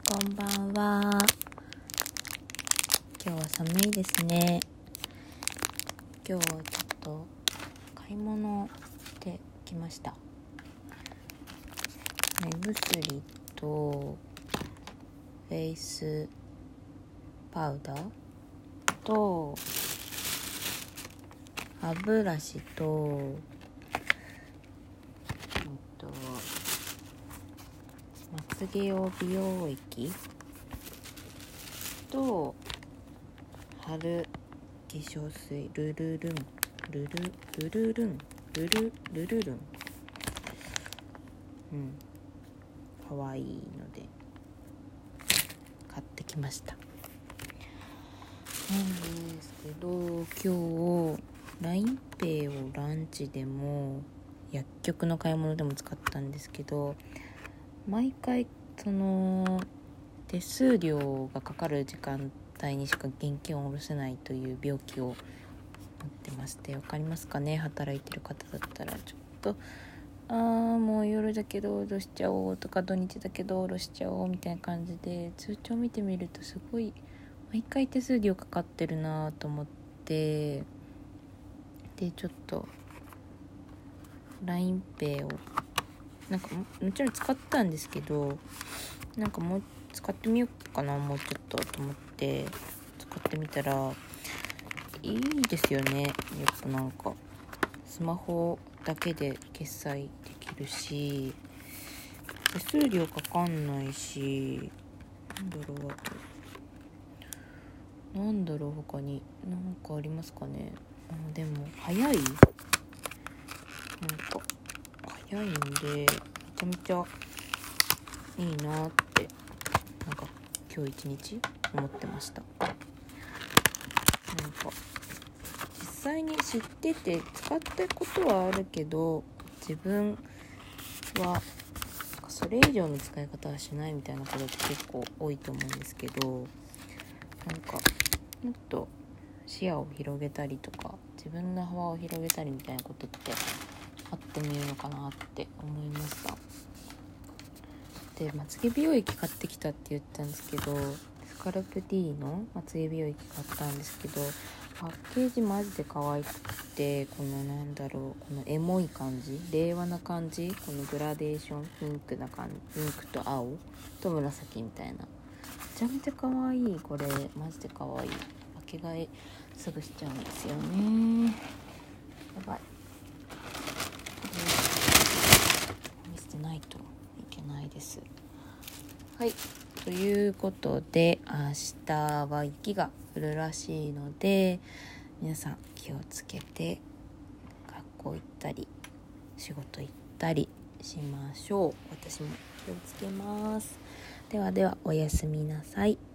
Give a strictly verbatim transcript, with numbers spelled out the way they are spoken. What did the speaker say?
こんばんは。今日は寒いですね。今日はちょっと買い物できました。目薬とフェイスパウダーと歯ブラシとまつげ用美容液と春化粧水ルルルンルルルルルンルルルルルンうんかわいいので買ってきました。なんですけど、今日 ラインペイ をランチでも薬局の買い物でも使ったんですけど、毎回その手数料がかかる時間帯にしか現金を下ろせないという病気を持ってまして、わかりますかね。働いてる方だったらちょっとあーもう夜だけど下ろしちゃおうとか土日だけど下ろしちゃおうみたいな感じで通帳見てみるとすごい毎回手数料かかってるなと思って、でちょっと ラインペイ をなんか も, もちろん使ったんですけど、なんかもう使ってみようかなもうちょっとと思って使ってみたらいいですよね。やっぱなんかスマホだけで決済できるし手数料かかんないし、なんだろうあとなんだろう他になんかありますかね。あでも早いなんか早いんでめちゃめちゃいいなってなんか今日一日思ってました。なんか実際に知ってて使ったことはあるけど自分はそれ以上の使い方はしないみたいなことって結構多いと思うんですけど、なんかもっと視野を広げたりとか自分の幅を広げたりみたいなことってあってもいいのかなって思いました。でまつげ美容液買ってきたって言ったんですけど、スカルプ D のまつげ美容液買ったんですけど、パッケージマジで可愛くて、このなんだろうこのエモい感じ、令和な感じ、このグラデーションピンクな感じ、ピンクと青と紫みたいな、めちゃめちゃ可愛い。これマジで可愛い。分け替えすぐしちゃうんですよね。やばい、見せてないといけないです。はい、ということで明日は雪が降るらしいので皆さん気をつけて学校行ったり仕事行ったりしましょう。私も気をつけます。ではではおやすみなさい。